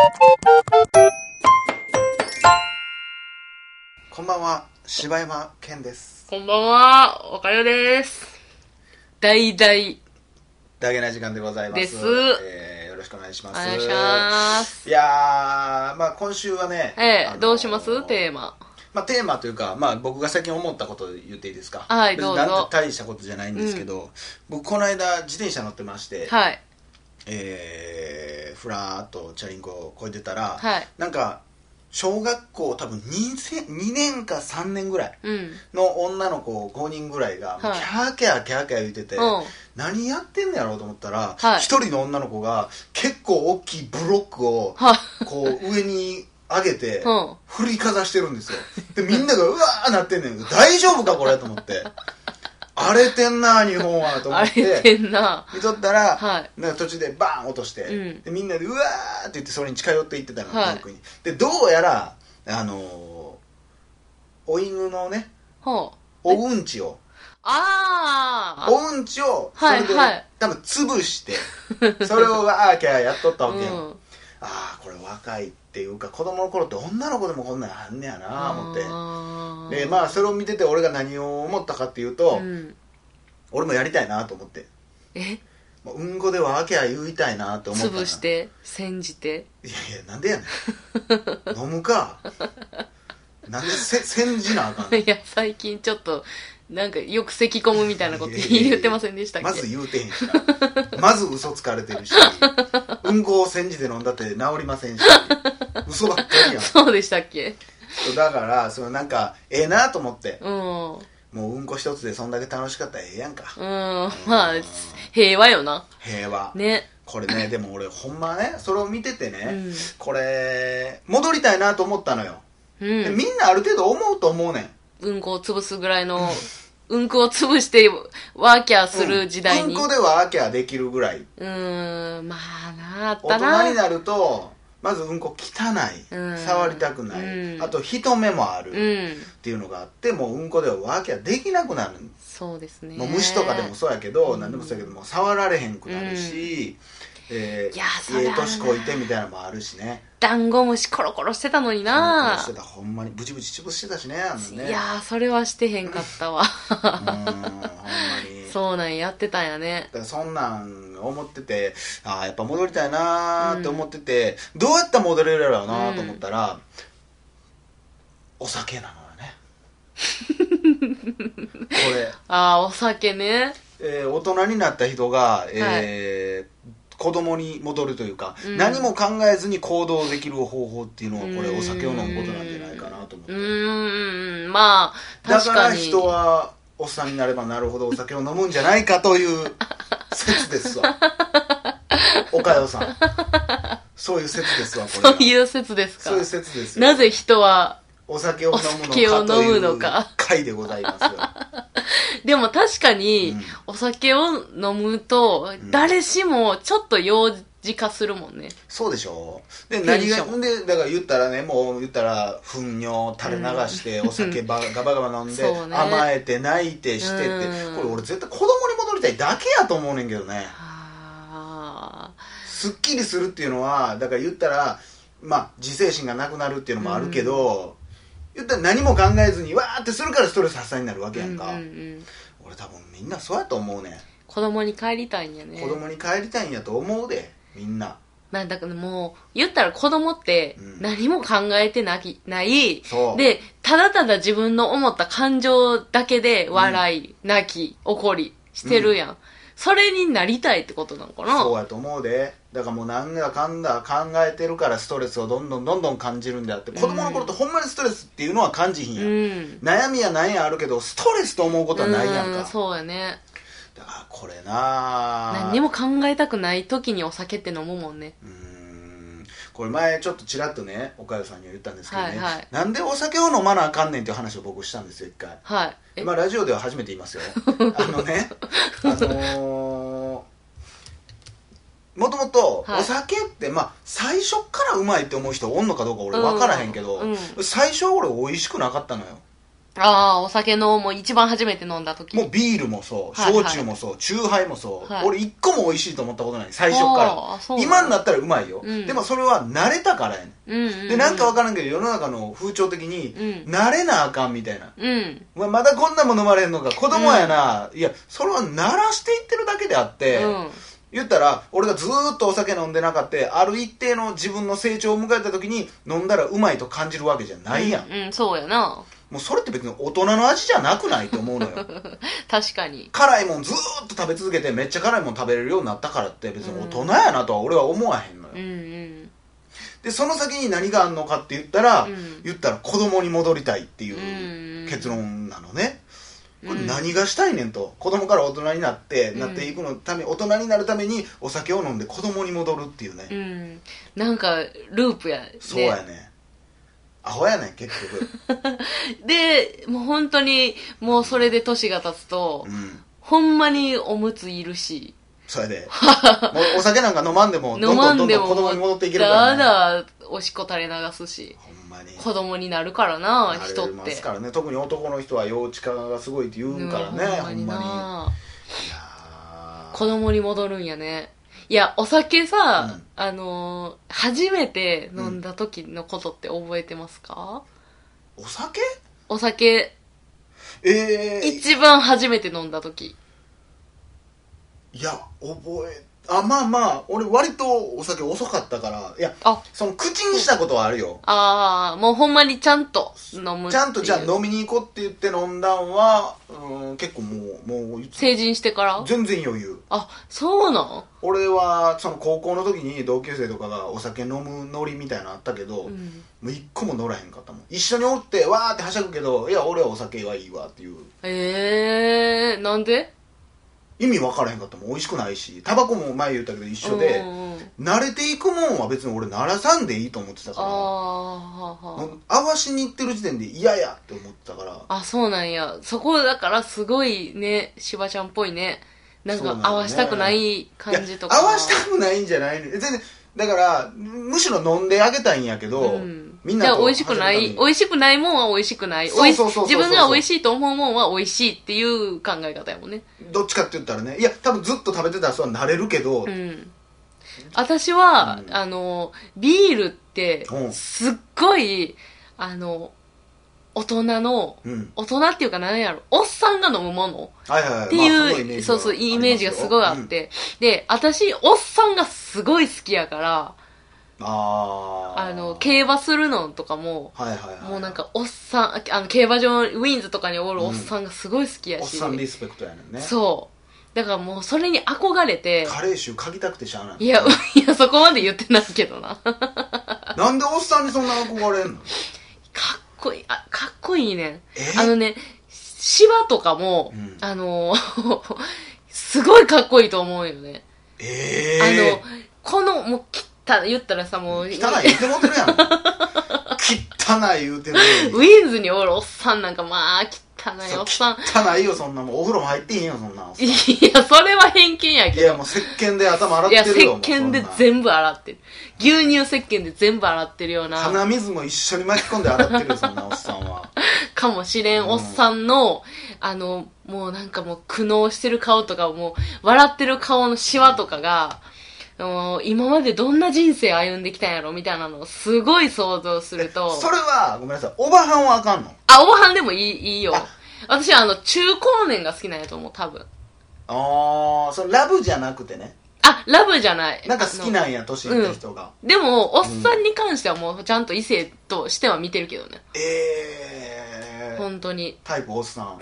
こんばんは、柴山健です。 こんばんは、おかよです。大々 ダゲな時間でございます。 です。 よろしくお願いします。 お願いします。 いやー、まあ今週はね、 どうしますテーマ。 まあテーマというか、まあ僕が最近思ったことを言っていいですか。 はい、どうぞ。 なんて大したことじゃないんですけど、僕この間自転車乗ってまして、 はい。 ふらーっとチャリンコを越えてたら、 はい。 なんか、小学校多分2年か3年ぐらいの女の子5人ぐらいがキャーキャーキャーキャー言ってて、何やってんのやろうと思ったら、一人の女の子が結構大きいブロックをこう上に上げて振りかざしてるんですよ。でみんながうわーなってんねんけど、大丈夫かこれと思って。荒れてんな日本はと思って荒れてんな見とったら、なんか途中でバーン落として、でみんなでうわーって言ってそれに近寄っていってたの、僕に。でどうやらお犬のね、おうんちをおうんちをそれで多分潰してそれをわーキャーやっとったわけよ。ああこれ若いっていうか、子供の頃って女の子でもこんなんあんねやな思って。でまあそれを見てて俺が何を思ったかっていうと、俺もやりたいなと思って。うんこでワーキャー言いたいなと思ったな。 潰して煎じて。 いやいやなんでやねん飲むかなんで煎じなあかん。 いや最近ちょっとなんかよく咳込むみたいなこと言ってませんでしたっけ。 まず言うてへんしなまず嘘つかれてるし、うんこを煎じて飲んだって治りませんし、嘘ばっかりやん。 そうでしたっけ。 だからそのなんかええなと思って、もううんこ一つでそんだけ楽しかったらええやんか。 まあ平和よな。 平和ね。 これねでも俺ほんまねそれを見ててね、これ戻りたいなと思ったのよ。みんなある程度思うと思うねん。うんこを潰すぐらいのうんこを潰してワーキャーする時代に、 うんこでワーキャーできるぐらい。 まあなあったな。 大人になるとまずうんこ汚い、触りたくない、あと人目もある、っていうのがあって、もううんこではワーキャーできなくなる。 そうですね。 もう虫とかでもそうやけど、何でもそうやけどもう触られへんくなるし、年こいてみたいなのもあるしね。 ダンゴムシコロコロしてたのにな。 してた、ほんまにブチブチ潰してたしね、あんなね。 いやそれはしてへんかったわ。 ほんまにそうなんやってたんやね。 だからそんなん思ってて、ああやっぱ戻りたいなーって思ってて、どうやったら戻れるやろうなと思ったら、お酒なのよねこれ。 お酒ね。 大人になった人が、子供に戻るというか、何も考えずに行動できる方法っていうのはこれお酒を飲むことなんじゃないかなと思って。 まあ確かに。 だから人はおっさんになればなるほどお酒を飲むんじゃないかという説ですわ。おかよさん、そういう説ですわ。これそういう説ですか。 そういう説ですよ。 なぜ人はお酒を飲むのかという回でございますよ。 でも確かに、お酒を飲むと誰しもちょっと幼児化するもんね。 そうでしょ。で何がでだから言ったらね、もう言ったら糞尿垂れ流してお酒ガバガバ飲んで甘えて泣いてしてって、これ俺絶対子供に戻りたいだけやと思うねんけどね。すっきりするっていうのはだから言ったらまあ自制心がなくなるっていうのもあるけど、言ったら何も考えずにわーってするからストレス発散になるわけやんか。俺多分みんなそうやと思うねん。 子供に帰りたいんやね。 子供に帰りたいんやと思うでみんな。 まあだからもう言ったら子供って何も考えてない、でただただ自分の思った感情だけで笑い、泣き、怒りしてるやん。それになりたいってことなのかな。 そうやと思うで。だからもうなんだかんだ考えてるからストレスをどんどん感じるんであって、子供の頃ってほんまにストレスっていうのは感じひんやん。悩みやなんやあるけどストレスと思うことはないやんか。 そうやね。 だからこれな何にも考えたくない時にお酒って飲むもんね。 これ前ちょっとちらっとね岡代さんには言ったんですけどね、なんでお酒を飲まなあかんねんっていう話を僕したんですよ一回。まあラジオでは初めて言いますよ。もともとお酒ってまあ最初からうまいって思う人おんのかどうか俺分からへんけど、最初は俺美味しくなかったのよ。 ああ、お酒のもう一番初めて飲んだ時。 もうビールもそう、焼酎もそう、チューハイもそう、俺一個も美味しいと思ったことない、最初から。今になったらうまいよ。でもそれは慣れたからやねん。で、なんかわからんけど、世の中の風潮的に、慣れなあかんみたいな。まだこんなもん飲まれへんのか、子供やな。いや、それは慣らしていってるだけであって、言ったら、俺がずーっとお酒飲んでなかった、ある一定の自分の成長を迎えた時に、飲んだらうまいと感じるわけじゃないやん。 そうやな。 もうそれって別に大人の味じゃなくないと思うのよ。 確かに。 辛いもんずーっと食べ続けてめっちゃ辛いもん食べれるようになったからって別に大人やなとは俺は思わへんのよ。で、その先に何があんのかって言ったら、子供に戻りたいっていう結論なのね。これ何がしたいねんと。子供から大人になっていくのため、大人になるためにお酒を飲んで子供に戻るっていうね。 なんかループやね。 そうやね。アホやねん結局。 でもう本当にもうそれで年が経つと、ほんまにおむついるし、 それでもうお酒なんか飲まんでもどんどん子供に戻っていけるからね。 だおしっこ垂れ流すし、 ほんまに子供になるからな、人って。なりますからね。特に男の人は幼稚化がすごいって言うんからね。ほんまに。いや子供に戻るんやね。いや、お酒さ、初めて飲んだ時のことって覚えてますか？ お酒？ お酒。一番初めて飲んだ時。 いや、まあ、俺割とお酒遅かったから、いや、その口にしたことはあるよ。 もうほんまにちゃんと飲む。 ちゃんとじゃあ飲みに行こうって言って飲んだんは、結構もう成人してから全然余裕。 そうなん俺は、その高校の時に同級生とかがお酒飲むノリみたいなのあったけど、もう一個も乗らへんかったもん。一緒におって、わーってはしゃぐけど、いや、俺はお酒はいいわっていう。 なんで？ 意味分からへんかったもん。美味しくないし、タバコも前言ったけど一緒で、慣れていくもんは別に俺鳴らさんでいいと思ってたから、合わしに行ってる時点で嫌やって思ってたから。 そうなんや。そこだからすごいね、しばちゃんっぽいね。なんか合わしたくない感じとか。 合わしたくないんじゃないね。全然だからむしろ飲んであげたいんやけど、みんなと美味しくないもんは美味しくない。自分が美味しいと思うもんは美味しいっていう考え方やもんね。 どっちかって言ったらね。いや多分ずっと食べてたらそうはなれるけど、 私は、ビールってすっごい大人っていうか何やろ、おっさんが飲むものっていう、そうイメージがすごいあって、で私おっさんがすごい好きやから、競馬するのとかも、もうなんかおっさん、競馬場ウィンズとかにおるおっさんがすごい好きやし、 おっさんリスペクトやねんね。 そうだからもうそれに憧れて、 カレー臭嗅ぎたくてしゃあない。 いやそこまで言ってないけどな。 なんでおっさんにそんな憧れんの？ かっこいいね。芝とかも、すごいかっこいいと思うよね。このもう言ったらさ、もう汚い言うてもってるやん。汚い言うてる。 ウィンズにおるおっさんなんかまあ汚いおっさん。 汚いよそんなもん。お風呂も入ってへんよそんな。 いやそれは偏見やけど。 いやもう石鹸で頭洗ってるよ。 いや石鹸で全部洗ってる。牛乳石鹸で全部洗ってるような。 鼻水も一緒に巻き込んで洗ってるよそんなおっさんは。 かもしれんおっさんのもうなんかもう苦悩してる顔とか、もう笑ってる顔のシワとかが、今までどんな人生歩んできたんやろみたいなのをすごい想像すると。 それはごめんなさい、おばはんはあかんの？ おばはんでもいいよ。私は中高年が好きなんやと思う、多分。 それラブじゃなくてね。 ラブじゃない。 なんか好きなんや、年いった人が。 でもおっさんに関してはもうちゃんと異性としては見てるけどね。本当にタイプおっさん。 汚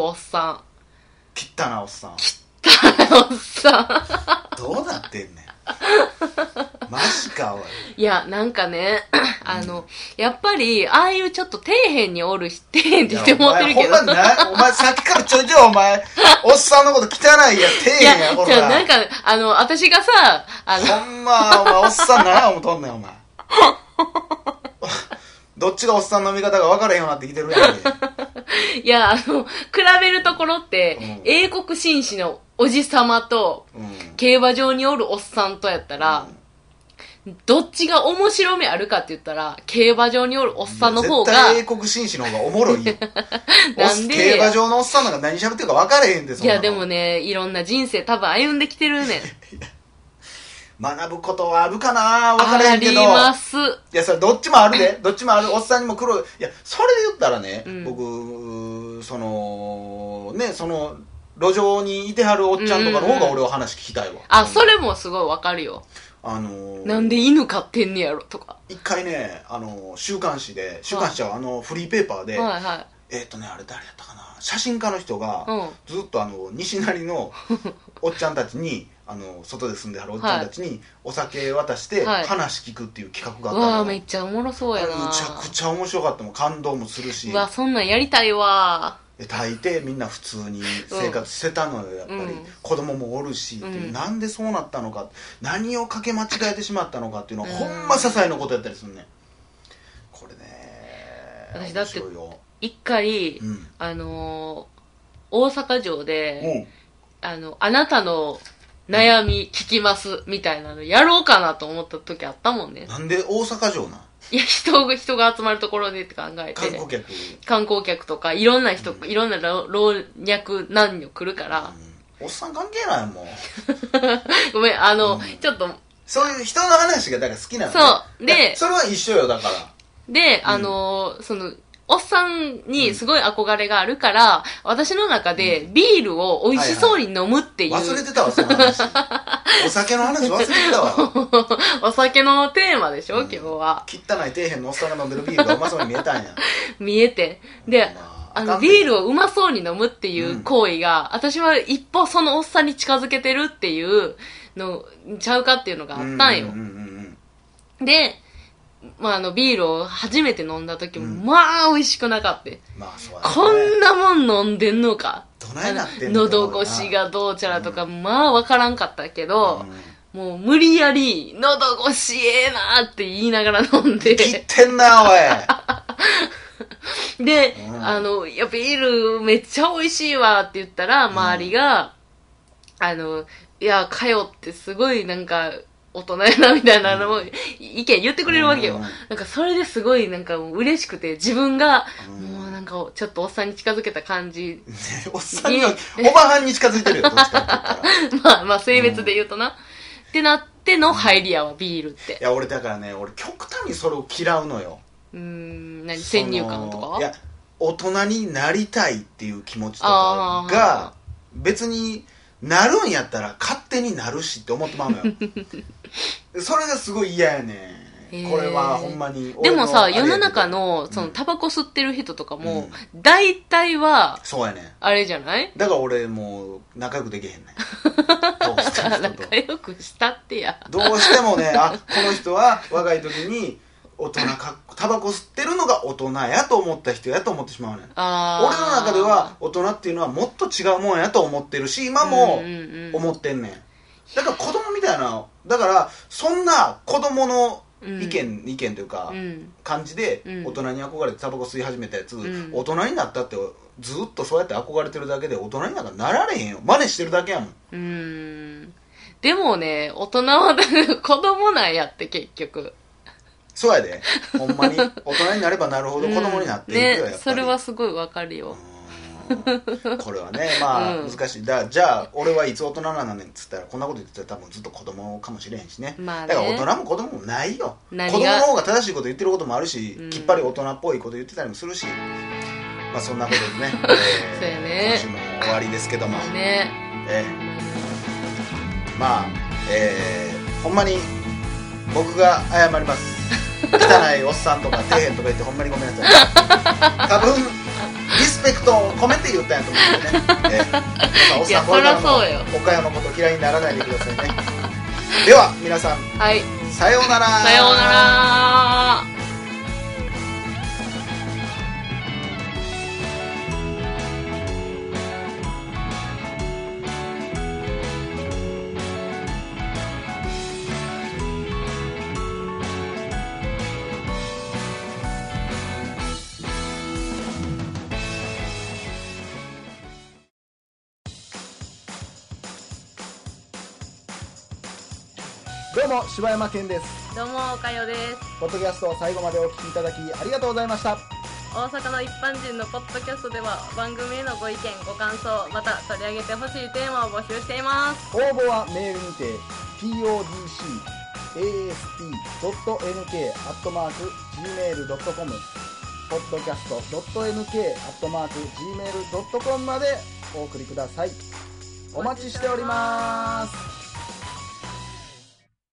なおっさん。 おっさん。どうなってんねん。マジかおい。 いやなんかね、やっぱりああいうちょっと底辺におる底辺って言って思ってるけど、 お前さっきからちょいちょいお前おっさんのこと汚いや底辺やこれ。 なんか私がさほんまお前おっさん何や思とんねんお前。どっちがおっさんの見方が分からへんようになってきてるやんけ。 いや比べるところって、英国紳士のおじさまと、競馬場におるおっさんとやったら、 どっちが面白みあるかって言ったら、競馬場におるおっさんの方が。 絶対英国紳士の方がおもろいよ。なんで競馬場のおっさんなんか何喋ってるか分からへんで、そんなの。 いや、でもね、いろんな人生多分歩んできてるねん。 学ぶことはあるかな分からへんけど。 あります。いや、それどっちもあるで。どっちもある。おっさんにも黒い。いや、それで言ったらね、僕、路上にいてはるおっちゃんとかの方が俺は話聞きたいわ。 あ、それもすごいわかるよ。なんで犬飼ってんねやろとか。 一回ね、週刊誌はフリーペーパーで、 はいはい。 あれ誰やったかな、写真家の人が、ずっと西成のおっちゃんたちに、外で住んではるおっちゃんたちにお酒渡して話聞くっていう企画があったの。 うわ、めっちゃおもろそうやな。 むちゃくちゃ面白かったもん。感動もするし。 うわ、そんなんやりたいわ。 大抵みんな普通に生活してたのよ、やっぱり。子供もおるし、なんでそうなったのか、何をかけ間違えてしまったのかっていうのは、ほんま些細なことやったりするね。これね、 私だって一回、大阪城で、あなたの悩み聞きますみたいなのやろうかなと思った時あったもんね。 なんで大阪城なん？ いや、人が集まるところでって考えて。観光客とか、いろんな人、いろんな老若男女来るから。 おっさん関係ないもん。 ごめん、ちょっと。 そういう人の話がだから好きなのね。 そう。で、 それは一緒よ、だから。 で、おっさんにすごい憧れがあるから、私の中でビールを美味しそうに飲むっていう。 忘れてたわ、その話。お酒の話忘れてたわ。 お酒のテーマでしょ、今日は。 汚い底辺のおっさんが飲んでるビールがうまそうに見えたんや。 見えて。で、ビールをうまそうに飲むっていう行為が、私は一歩そのおっさんに近づけてるっていうのちゃうかっていうのがあったんよ。で、ビールを初めて飲んだ時も、美味しくなかった。こんなもん飲んでんのか。 どないなってんのか。 喉越しがどうちゃらとか、わからんかったけど、もう無理やり、喉越しええなーって言いながら飲んで。 切ってんな、おい。で、いや、ビールめっちゃ美味しいわって言ったら、周りが、いや、かよってすごいなんか、大人やなみたいなのを意見言ってくれるわけよ。なんかそれですごいなんか嬉しくて、自分がもうなんかちょっとおっさんに近づけた感じ。 おっさんには、おばはんに近づいてるよ、どっちかって言ったら。まあ性別で言うとな。ってなっての入りやわ、ビールって。 いや、俺だからね、俺極端にそれを嫌うのよ。 先入観とか？ いや、大人になりたいっていう気持ちとかが、別に、なるんやったら勝手になるしって思ってまうのよ。それがすごい嫌やねん。これはほんまに。 でもさ、世の中の、タバコ吸ってる人とかも、大体は、 そうやねん。 あれじゃない？ だから俺もう仲良くできへんねん。 仲良くしたってや。 どうしてもね、この人は若い時に、タバコ吸ってるのが大人やと思った人やと思ってしまうねん。俺の中では大人っていうのはもっと違うもんやと思ってるし、今も思ってんねん。だから子供みたいな、だからそんな子供の意見というか、感じで大人に憧れてタバコ吸い始めたやつ、大人になったってずっとそうやって憧れてるだけで大人になんかなられへんよ。真似してるだけやもん。 でもね、大人は子供なんやって結局。 そうやで。ほんまに大人になればなるほど子供になっていくよ、やっぱり。 それはすごいわかるよ。 これはね、難しい。じゃあ、俺はいつ大人なんねんっつったら、こんなこと言ってたら多分ずっと子供かもしれへんしね。だから大人も子供もないよ。子供の方が正しいこと言ってることもあるし、きっぱり大人っぽいこと言ってたりもするし、そんなことでね、 そうやね。 今週も終わりですけども。 ね。 ほんまに僕が謝ります。汚いおっさんとか底辺とか言ってほんまにごめんなさい。多分リスペクトを込めて言ったんやと思うんでね。おっさんこれからも岡山のこと嫌いにならないでくださいね。では皆さん、さようなら。 さようなら。 どうも柴山健です。 どうも、おかよです。 ポッドキャストを最後までお聞きいただきありがとうございました。 大阪の一般人のポッドキャストでは番組へのご意見、ご感想、また取り上げてほしいテーマを募集しています。 応募はメールにて podcast.nk@gmail.com podcast.nk@gmail.com までお送りください。お待ちしております。